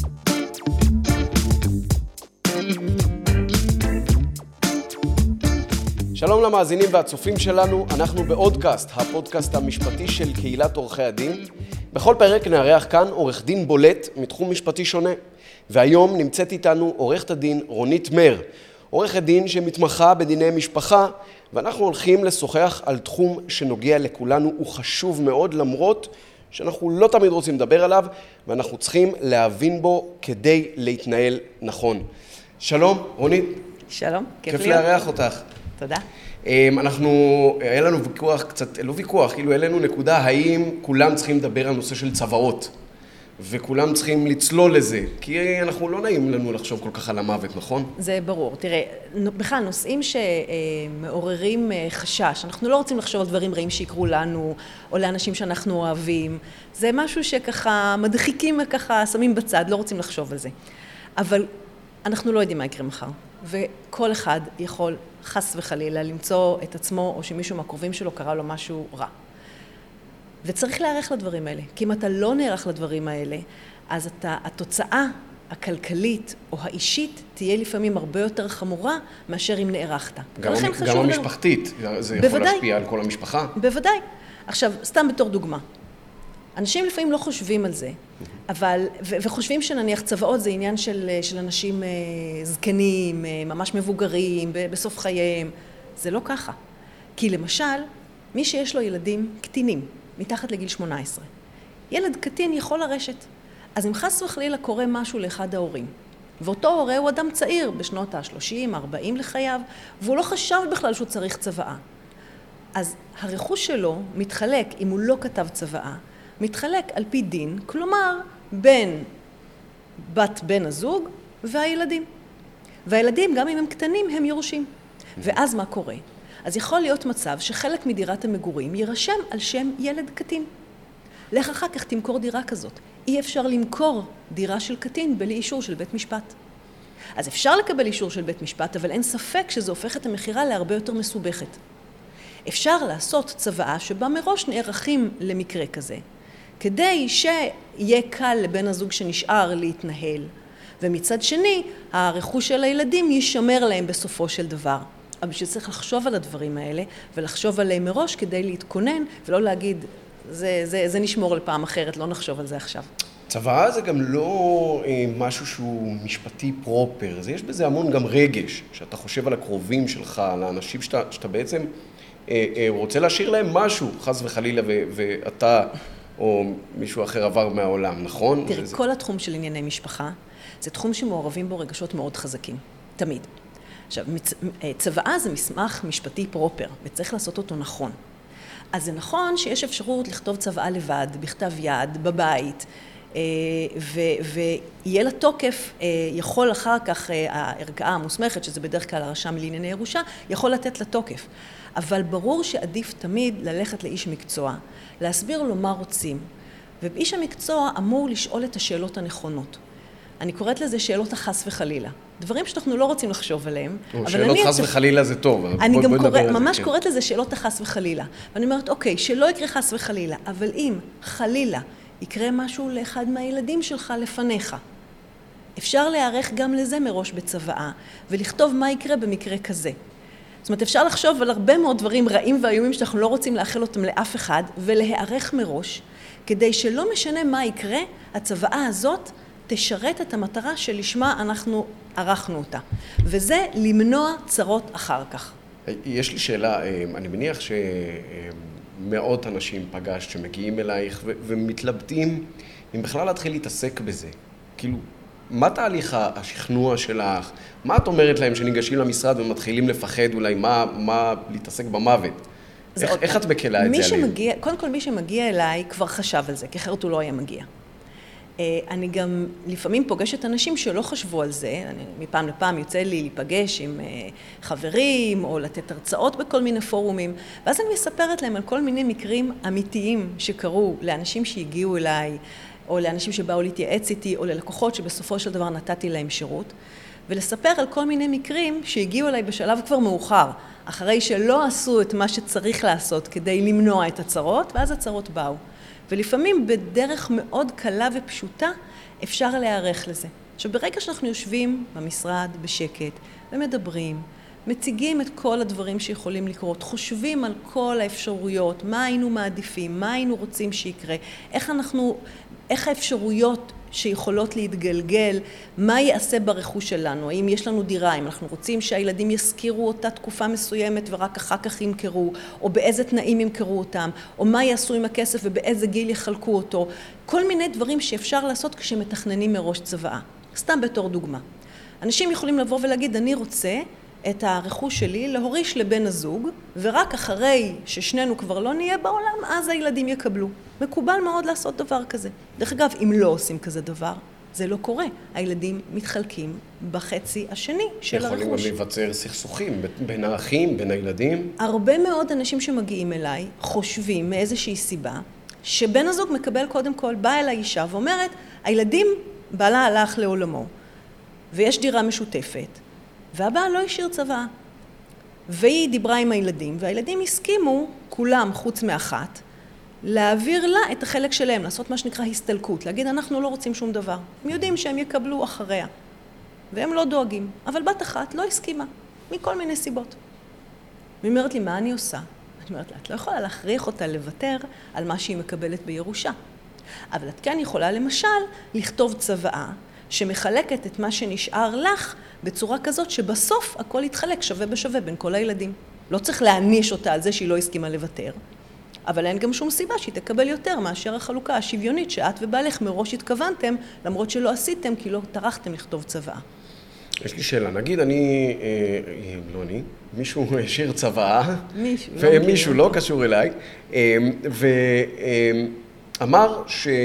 שלום למאזינים והצופים שלנו, אנחנו באודקאסט, הפודקאסט המשפטי של קהילת עורכי הדין. בכל פרק נארח כאן עורך דין בולט מתחום משפטי שונה. והיום נמצאת איתנו עורכת הדין רונית מר, עורכת דין שמתמחה בדיני משפחה, ואנחנו הולכים לשוחח על תחום שנוגע לכולנו, הוא חשוב מאוד למרות שאנחנו לא תמיד רוצים לדבר עליו, ואנחנו צריכים להבין בו כדי להתנהל נכון. שלום, רונית. שלום, כיף לארח אותך. תודה. היה לנו ויכוח קצת, לא ויכוח, כאילו היה לנו נקודה, האם כולם צריכים לדבר על נושא של צוואות, וכולם צריכים לצלול לזה, כי אנחנו לא נעים לנו לחשוב כל כך על המוות, נכון? זה ברור. תראה, בכלל נושאים שמעוררים חשש, אנחנו לא רוצים לחשוב על דברים רעים שיקרו לנו, או לאנשים שאנחנו אוהבים, זה משהו שככה מדחיקים וככה שמים בצד, לא רוצים לחשוב על זה. אבל אנחנו לא יודעים מה יקרה מחר, וכל אחד יכול חס וחלילה למצוא את עצמו, או שמישהו מהקרובים שלו קרא לו משהו רע. וצריך להיערך לדברים האלה, כי אם אתה לא נערך לדברים האלה, אז התוצאה הכלכלית או האישית תהיה לפעמים הרבה יותר חמורה מאשר אם נערכת. גם המשפחתית, זה יכול להשפיע על כל המשפחה. בוודאי. עכשיו, סתם בתור דוגמה. אנשים לפעמים לא חושבים על זה, וחושבים שנניח צוואות זה עניין של אנשים זקנים, ממש מבוגרים, בסוף חייהם. זה לא ככה. כי למשל, מי שיש לו ילדים קטינים, מתחת לגיל 18, ילד קטין יכול לרשת. אז אם חס וחלילה קורה משהו לאחד ההורים, ואותו הורה הוא אדם צעיר בשנות ה-30, 40 לחייו, והוא לא חשב בכלל שהוא צריך צוואה. אז הרכוש שלו מתחלק, אם הוא לא כתב צוואה, מתחלק על פי דין, כלומר בין בת בן הזוג והילדים. והילדים, גם אם הם קטנים, הם יורשים. ואז מה קורה? אז יכול להיות מצב שחלק מדירת המגורים יירשם על שם ילד קטין. לך אחר כך תמכור דירה כזאת. אי אפשר למכור דירה של קטין בלי אישור של בית משפט. אז אפשר לקבל אישור של בית משפט, אבל אין ספק שזה הופך את המחירה להרבה יותר מסובכת. אפשר לעשות צוואה שבה מראש נערכים למקרה כזה, כדי שיהיה קל לבן הזוג שנשאר להתנהל, ומצד שני, הרכוש של הילדים יישמר להם בסופו של דבר. אבל שצריך לחשוב על הדברים האלה, ולחשוב עליהם מראש כדי להתכונן, ולא להגיד, זה נשמור לפעם אחרת, לא נחשוב על זה עכשיו. צוואה זה גם לא משהו שהוא משפטי פרופר, יש בזה המון גם רגש, שאתה חושב על הקרובים שלך, על האנשים שאתה בעצם רוצה להשאיר להם משהו, חס וחלילה, ואתה או מישהו אחר עבר מהעולם, נכון? תראי, כל התחום של ענייני משפחה, זה תחום שמעורבים בו רגשות מאוד חזקים, תמיד. עכשיו, צוואה זה מסמך משפטי פרופר, וצריך לעשות אותו נכון. אז זה נכון שיש אפשרות לכתוב צוואה לבד, בכתב יד, בבית, ויהיה לה תוקף, יכול אחר כך הערכאה המוסמכת, שזה בדרך כלל הרשם לענייני ירושה, יכול לתת לה תוקף. אבל ברור שעדיף תמיד ללכת לאיש מקצוע, להסביר לו מה רוצים, ואיש המקצוע אמור לשאול את השאלות הנכונות. אני קוראת לזה שאלות החס וחלילה. דברים שאנחנו לא רוצים לחשוב עליהם. שאלות חס וחלילה זה טוב. אני גם ממש קוראת לזה שאלות החס וחלילה. ואני אומרת, אוקיי, שלא יקרה חס וחלילה, אבל אם חלילה יקרה משהו לאחד מהילדים שלך לפניך, אפשר להיערך גם לזה מראש בצוואה, ולכתוב מה יקרה במקרה כזה. זאת אומרת, אפשר לחשוב על הרבה מאוד דברים רעים ואיומים שאנחנו לא רוצים לאחל אותם לאף אחד, ולהיערך מראש, כדי שלא משנה מה יקרה, הצוואה הזאת תשרת את המטרה שלשמה אנחנו ערכנו אותה. וזה למנוע צרות אחר כך. יש לי שאלה, אני מניח שמאות אנשים פגשת שמגיעים אלייך ומתלבטים אם בכלל להתחיל להתעסק בזה. כאילו, מה תהליך השכנוע שלך? מה את אומרת להם שניגשים למשרד ומתחילים לפחד אולי מה להתעסק במוות? איך את מקלה את זה עליהם? קודם כל מי שמגיע אליי כבר חשב על זה, כי אחרת הוא לא היה מגיע. אני גם לפעמים פוגשת אנשים שלא חשבו על זה, מפעם לפעם יוצא לי להיפגש עם חברים או לתת הרצאות בכל מיני פורומים, ואז אני מספרת להם על כל מיני מקרים אמיתיים שקרו לאנשים שהגיעו אליי, או לאנשים שבאו להתייעץ איתי, או ללקוחות שבסופו של דבר נתתי להם שירות, ולספר על כל מיני מקרים שהגיעו אליי בשלב כבר מאוחר, אחרי שלא עשו את מה שצריך לעשות כדי למנוע את הצרות, ואז הצרות באו. ולפעמים בדרך מאוד קלה ופשוטה אפשר להיערך לזה. עכשיו, ברגע שאנחנו יושבים במשרד בשקט ומדברים, מציגים את כל הדברים שיכולים לקרות, חושבים על כל האפשרויות, מה היינו מעדיפים, מה היינו רוצים שיקרה, איך האפשרויות שיכולות להתגלגל, מה יעשה ברכוש שלנו, האם יש לנו דירה, אם אנחנו רוצים שהילדים יזכירו אותה תקופה מסוימת ורק אחר כך ימכרו, או באיזה תנאים ימכרו אותם, או מה יעשו עם הכסף ובאיזה גיל יחלקו אותו, כל מיני דברים שאפשר לעשות כשמתכננים מראש צוואה. סתם בתור דוגמה. אנשים יכולים לבוא ולהגיד, אני רוצה את הרכוש שלי להוריש לבן הזוג, ורק אחרי ששנינו כבר לא נהיה בעולם, אז הילדים יקבלו. מקובל מאוד לעשות דבר כזה. דרך אגב, אם לא עושים כזה דבר, זה לא קורה. הילדים מתחלקים בחצי השני של הרכוש. יכולים גם להיווצר סכסוכים בין האחים, בין הילדים. הרבה מאוד אנשים שמגיעים אליי חושבים מאיזושהי סיבה, שבן הזוג מקבל קודם כל, באה אל האישה ואומרת, הילדים, בעלה הלך לעולמו, ויש דירה משותפת, והבעל לא השאיר צוואה. והיא דיברה עם הילדים, והילדים הסכימו, כולם חוץ מאחת, להעביר לה את החלק שלהם, לעשות מה שנקרא הסתלקות, להגיד אנחנו לא רוצים שום דבר. הם יודעים שהם יקבלו אחריה, והם לא דואגים. אבל בת אחת לא הסכימה, מכל מיני סיבות. והיא אומרת לי, מה אני עושה? אני אומרת לה, את לא יכולה להכריח אותה לוותר על מה שהיא מקבלת בירושה. אבל את כן יכולה למשל לכתוב צוואה, שמחלקת את מה שנשאר לך בצורה כזאת שבסוף הכל יתחלק שווה בשווה בין כל הילדים. לא צריך להעניש אותה על זה שהיא לא הסכימה לוותר, אבל אין גם שום סיבה שהיא תקבל יותר מאשר החלוקה השוויונית שאת ובעלך מראש התכוונתם, למרות שלא עשיתם כי לא טרחתם לכתוב צוואה. יש לי שאלה, נגיד מישהו השאיר צוואה, ומישהו לא קשור אליי, ואמר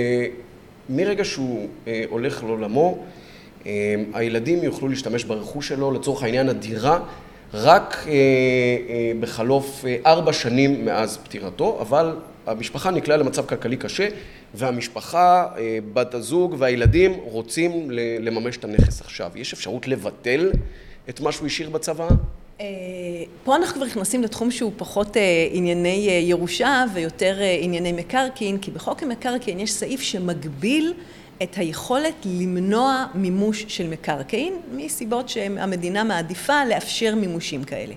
מרגע שהוא הולך לעולמו, הילדים יוכלו להשתמש ברכוש שלו, לצורך העניין הדירה, רק בחלוף 4 שנים מאז פטירתו, אבל המשפחה נקלעה למצב כלכלי קשה, והמשפחה, בת הזוג והילדים רוצים לממש את הנכס עכשיו. יש אפשרות לבטל את מה שהוא השאיר בצוואה? פה אנחנו כבר נכנסים לתחום שהוא פחות ענייני ירושה ויותר ענייני מקרקעין, כי בחוק המקרקעין יש סעיף שמגביל את היכולת למנוע מימוש של מקרקעין, מסיבות שהמדינה מעדיפה לאפשר מימושים כאלה.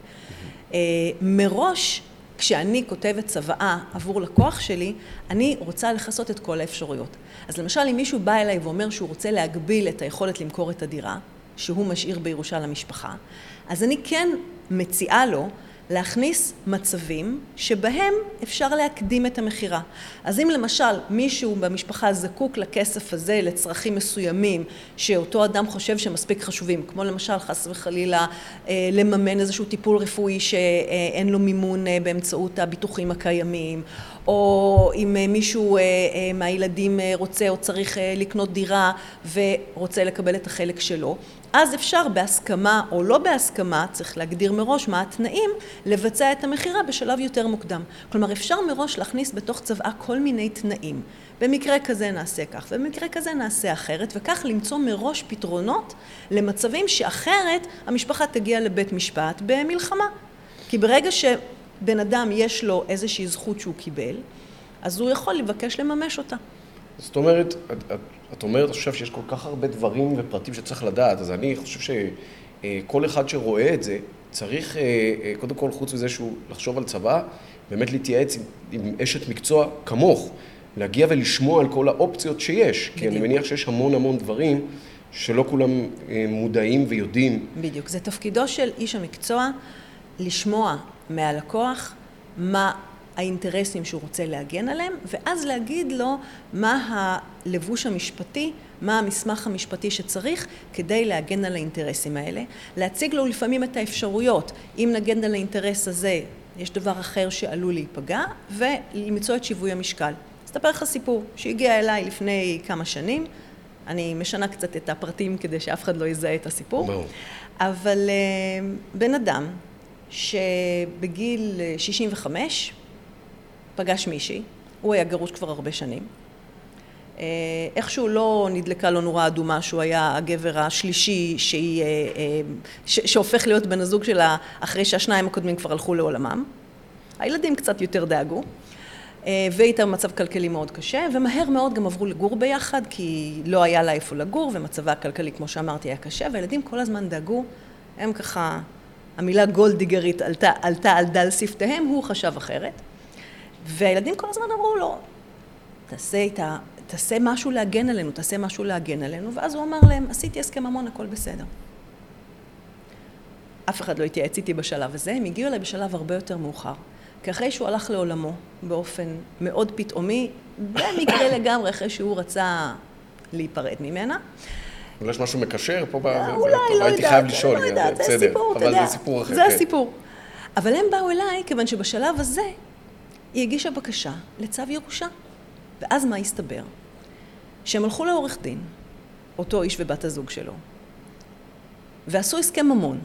מראש, כשאני כותבת צוואה עבור לקוח שלי, אני רוצה לחסות את כל האפשרויות. אז למשל, אם מישהו בא אליי ואומר שהוא רוצה להגביל את היכולת למכור את הדירה, שהוא משאיר בירושה למשפחה, אז אני כן מציעה לו להכניס מצבים שבהם אפשר להקדים את המחירה. אז אם למשל מישהו במשפחה זקוק לכסף הזה לצרכים מסוימים שאותו אדם חושב שמספיק חשובים, כמו למשל חס וחלילה לממן איזשהו טיפול רפואי שאין לו מימון באמצעות הביטוחים הקיימים, או אם מישהו מהילדים רוצה או צריך לקנות דירה ורוצה לקבל את החלק שלו, אז אפשר בהסכמה או לא בהסכמה, צריך להגדיר מראש מה התנאים, לבצע את המחירה בשלב יותר מוקדם. כלומר, אפשר מראש להכניס בתוך צוואה כל מיני תנאים. במקרה כזה נעשה כך, ובמקרה כזה נעשה אחרת, וכך למצוא מראש פתרונות למצבים שאחרת המשפחה תגיע לבית משפט במלחמה. כי ברגע שבן אדם יש לו איזושהי זכות שהוא קיבל, אז הוא יכול לבקש לממש אותה. זאת אומרת, את אומרת עכשיו שיש כל כך הרבה דברים ופרטים שצריך לדעת, אז אני חושב שכל אחד שרואה את זה צריך, קודם כל חוץ מזה שהוא לחשוב על צבא, באמת להתייעץ עם אשת מקצוע כמוך, להגיע ולשמוע על כל האופציות שיש, כי אני מניח שיש המון דברים שלא כולם מודעים ויודעים. בדיוק, זה תפקידו של איש המקצוע לשמוע מהלקוח מה האינטרסים שהוא רוצה להגן עליהם, ואז להגיד לו מה הלבוש המשפטי, מה המסמך המשפטי שצריך כדי להגן על האינטרסים האלה. להציג לו לפעמים את האפשרויות, אם נגן על האינטרס הזה, יש דבר אחר שעלול להיפגע, ולמצוא את שיווי המשקל. אספר לך סיפור שהגיע אליי לפני כמה שנים, אני משנה קצת את הפרטים כדי שאף אחד לא יזהה את הסיפור, אבל בן אדם שבגיל 65, פגש מישהי, הוא היה גרוש כבר הרבה שנים. איכשהו לא נדלקה לו נורה אדומה שהוא היה הגבר השלישי שהופך להיות בן הזוג שלה אחרי שהשניים הקודמים כבר הלכו לעולמם. הילדים קצת יותר דאגו. והייתה במצב כלכלי מאוד קשה, ומהר מאוד גם עברו לגור ביחד, כי לא היה לה איפה לגור, ומצבה הכלכלי, כמו שאמרתי, היה קשה, והילדים כל הזמן דאגו, הם ככה, המילה גולדיגרית עלתה על דל שפתיהם, הוא חשב אחרת. והילדים כל הזמן אמרו לו, תעשה משהו להגן עלינו, תעשה משהו להגן עלינו, ואז הוא אמר להם, עשיתי הסכם ממון, הכל בסדר. אף אחד לא התייעץ איתי בשלב הזה, הם הגיעו אליי בשלב הרבה יותר מאוחר. כי אחרי שהוא הלך לעולמו באופן מאוד פתאומי, במקרה לגמרי אחרי שהוא רצה להיפרד ממנה. אולי יש משהו מקשר פה? אולי, לא הייתי חייב לשאול. לא יודעת, זה סיפור, אתה יודע. אבל זה סיפור אחר. זה הסיפור. אבל הם באו אליי, כיוון שבשלב הזה היא הגישה בקשה לצו ירושה. ואז מה הסתבר? שהם הלכו לעורך דין, אותו איש ובת הזוג שלו, ועשו הסכם ממון.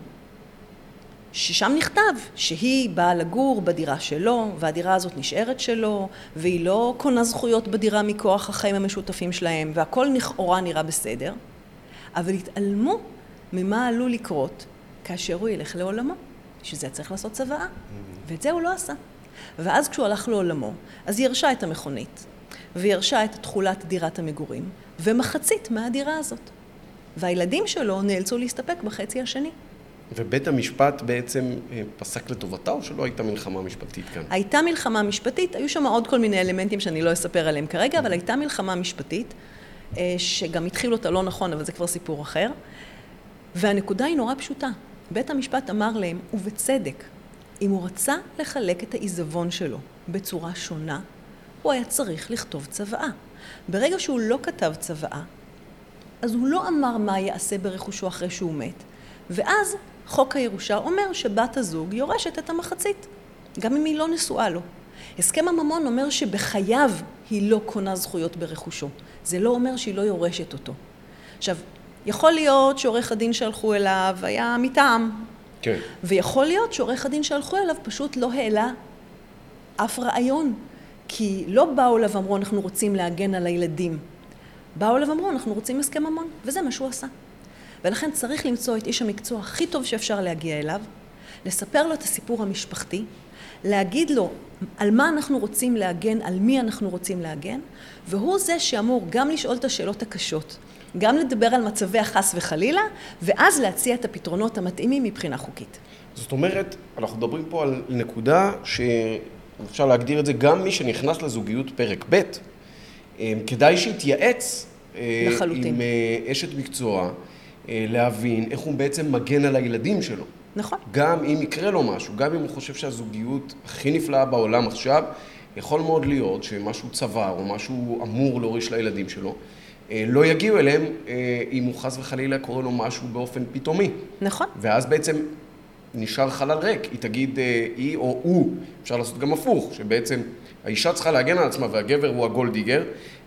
ששם נכתב שהיא באה לגור בדירה שלו, והדירה הזאת נשארת שלו, והיא לא קונה זכויות בדירה מכוח החיים המשותפים שלהם, והכל לכאורה נראה בסדר, אבל התעלמו ממה עלול לקרות כאשר הוא ילך לעולמו, שזה צריך לעשות צוואה, ואת זה הוא לא עשה. ואז כשהוא הלך לעולמו, אז היא הרשה את המכונית, והיא הרשה את תכולת דירת המגורים, ומחצית מהדירה הזאת. והילדים שלו נאלצו להסתפק בחצי השני. ובית המשפט בעצם פסק לטובתה, או שלא הייתה מלחמה משפטית כאן? הייתה מלחמה משפטית, היו שם עוד כל מיני אלמנטים שאני לא אספר עליהם כרגע, אבל הייתה מלחמה משפטית, שגם התחיל אותה לא נכון, אבל זה כבר סיפור אחר. והנקודה היא נורא פשוטה. בית המשפט אמר להם, ובצדק, אם הוא רצה לחלק את העיזבון שלו בצורה שונה, הוא היה צריך לכתוב צוואה. ברגע שהוא לא כתב צוואה, אז הוא לא אמר מה יעשה ברכושו אחרי שהוא מת, ואז חוק הירושה אומר שבת הזוג יורשת את המחצית, גם אם היא לא נשואה לו. הסכם הממון אומר שבחייו היא לא קונה זכויות ברכושו. זה לא אומר שהיא לא יורשת אותו. עכשיו, יכול להיות שעורך הדין שהלכו אליו היה מטעם. כן. ויכול להיות שעורך הדין שהלכו אליו פשוט לא העלה אף רעיון. כי לא באו אליו ואמרו, אנחנו רוצים להגן על הילדים. באו אליו ואמרו, אנחנו רוצים הסכם ממון, וזה מה שהוא עשה. ולכן צריך למצוא את איש המקצוע הכי טוב שאפשר להגיע אליו, לספר לו את הסיפור המשפחתי, להגיד לו על מה אנחנו רוצים להגן, על מי אנחנו רוצים להגן, והוא זה שאמור גם לשאול את השאלות הקשות, גם לדבר על מצבי החס וחלילה, ואז להציע את הפתרונות המתאימים מבחינה חוקית. זאת אומרת, אנחנו מדברים פה על נקודה שאפשר להגדיר את זה, גם מי שנכנס לזוגיות פרק ב', כדאי שיתייעץ לחלוטין. עם אשת מקצוע, להבין איך הוא בעצם מגן על הילדים שלו. נכון. גם אם יקרה לו משהו, גם אם הוא חושב שהזוגיות הכי נפלאה בעולם עכשיו, יכול מאוד להיות שמשהו צוואר או משהו אמור להוריש לילדים שלו, לא יגיעו אליהם אם הוא חס וחלילה קורא לו משהו באופן פתאומי. נכון. ואז בעצם נשאר חלל ריק. היא תגיד היא או הוא, אפשר לעשות גם הפוך, שבעצם האישה צריכה להגן על עצמה והגבר הוא הגולדיגר,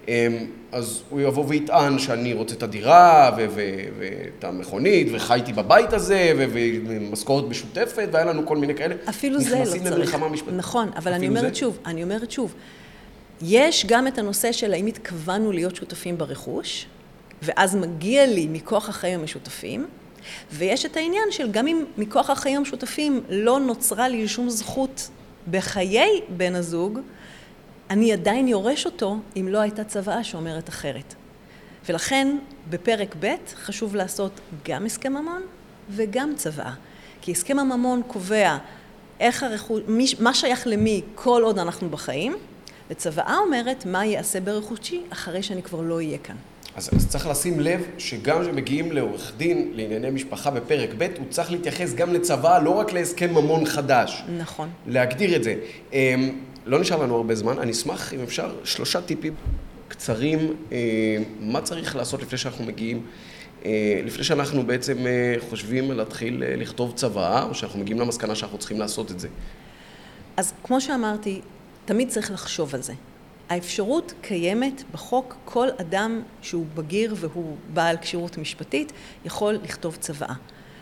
אז הוא יבוא ויטען שאני רוצה את הדירה ואת המכונית וחייתי בבית הזה ומשכורת משותפת והיה לנו כל מיני כאלה. אפילו זה לא צריך. נכנסים למלחמה משפטית. נכון, אבל אני אומרת שוב, יש גם את הנושא של האם התכוונו להיות שותפים ברכוש, ואז מגיע לי מכוח החיים המשותפים, ויש את העניין של גם אם מכוח החיים המשותפים לא נוצרה לי שום זכות בחיי בן הזוג, אני עדיין יורש אותו אם לא הייתה צוואה שאומרת אחרת. ולכן בפרק ב' חשוב לעשות גם הסכם ממון וגם צוואה. כי הסכם הממון קובע איך מה שייך למי כל עוד אנחנו בחיים, וצוואה אומרת מה יעשה ברכושי אחרי שאני כבר לא אהיה כאן. אז צריך לשים לב שגם כשמגיעים לעורך דין לענייני משפחה בפרק ב', הוא צריך להתייחס גם לצוואה, לא רק להסכם ממון חדש. נכון. להגדיר את זה. לא נשאר לנו הרבה זמן, אני אשמח אם אפשר 3 טיפים קצרים, מה צריך לעשות לפני שאנחנו מגיעים, לפני שאנחנו בעצם חושבים להתחיל לכתוב צוואה, או שאנחנו מגיעים למסקנה שאנחנו צריכים לעשות את זה. אז כמו שאמרתי, תמיד צריך לחשוב על זה. האפשרות קיימת בחוק, כל אדם שהוא בגיר והוא בעל כשירות משפטית יכול לכתוב צוואה.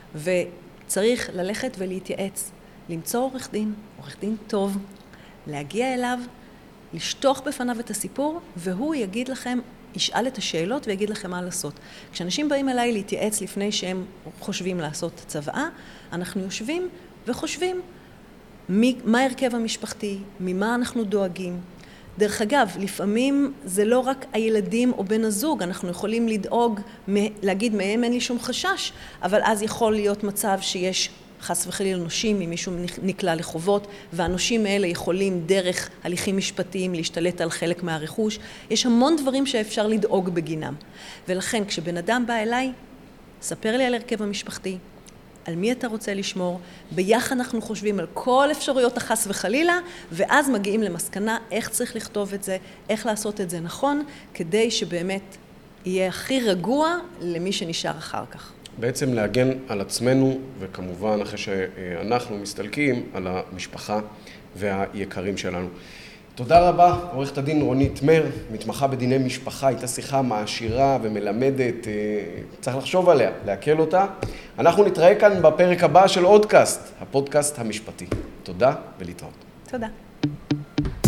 וצריך ללכת ולהתייעץ, למצוא עורך דין טוב, להגיע אליו, לשטוח בפניו את הסיפור, והוא יגיד לכם, ישאל את השאלות ויגיד לכם מה לעשות. כשאנשים באים אליי להתייעץ לפני שהם חושבים לעשות צוואה, אנחנו יושבים וחושבים מה הרכב המשפחתי, ממה אנחנו דואגים, דרך אגב, לפעמים זה לא רק הילדים או בן הזוג, אנחנו יכולים לדאוג, להגיד מהם אין לי שום חשש, אבל אז יכול להיות מצב שיש חס וחלילה נושים, אם מישהו נקלע לחובות, והנושים האלה יכולים דרך הליכים משפטיים להשתלט על חלק מהרכוש. יש המון דברים שאפשר לדאוג בגינם. ולכן כשבן אדם בא אליי, ספר לי על הרכב המשפחתי, על מי אתה רוצה לשמור, ביחד אנחנו חושבים על כל אפשרויות החס וחלילה, ואז מגיעים למסקנה איך צריך לכתוב את זה, איך לעשות את זה נכון, כדי שבאמת יהיה הכי רגוע למי שנשאר אחר כך. בעצם להגן על עצמנו, וכמובן אחרי שאנחנו מסתלקים על המשפחה והיקרים שלנו. תודה רבה, עורכת הדין רונית מר, מתמחה בדיני משפחה, הייתה שיחה מעשירה ומלמדת, צריך לחשוב עליה, להקל אותה. אנחנו נתראה כאן בפרק הבא של אודקאסט, הפודקאסט המשפטי. תודה ולהתראות. תודה.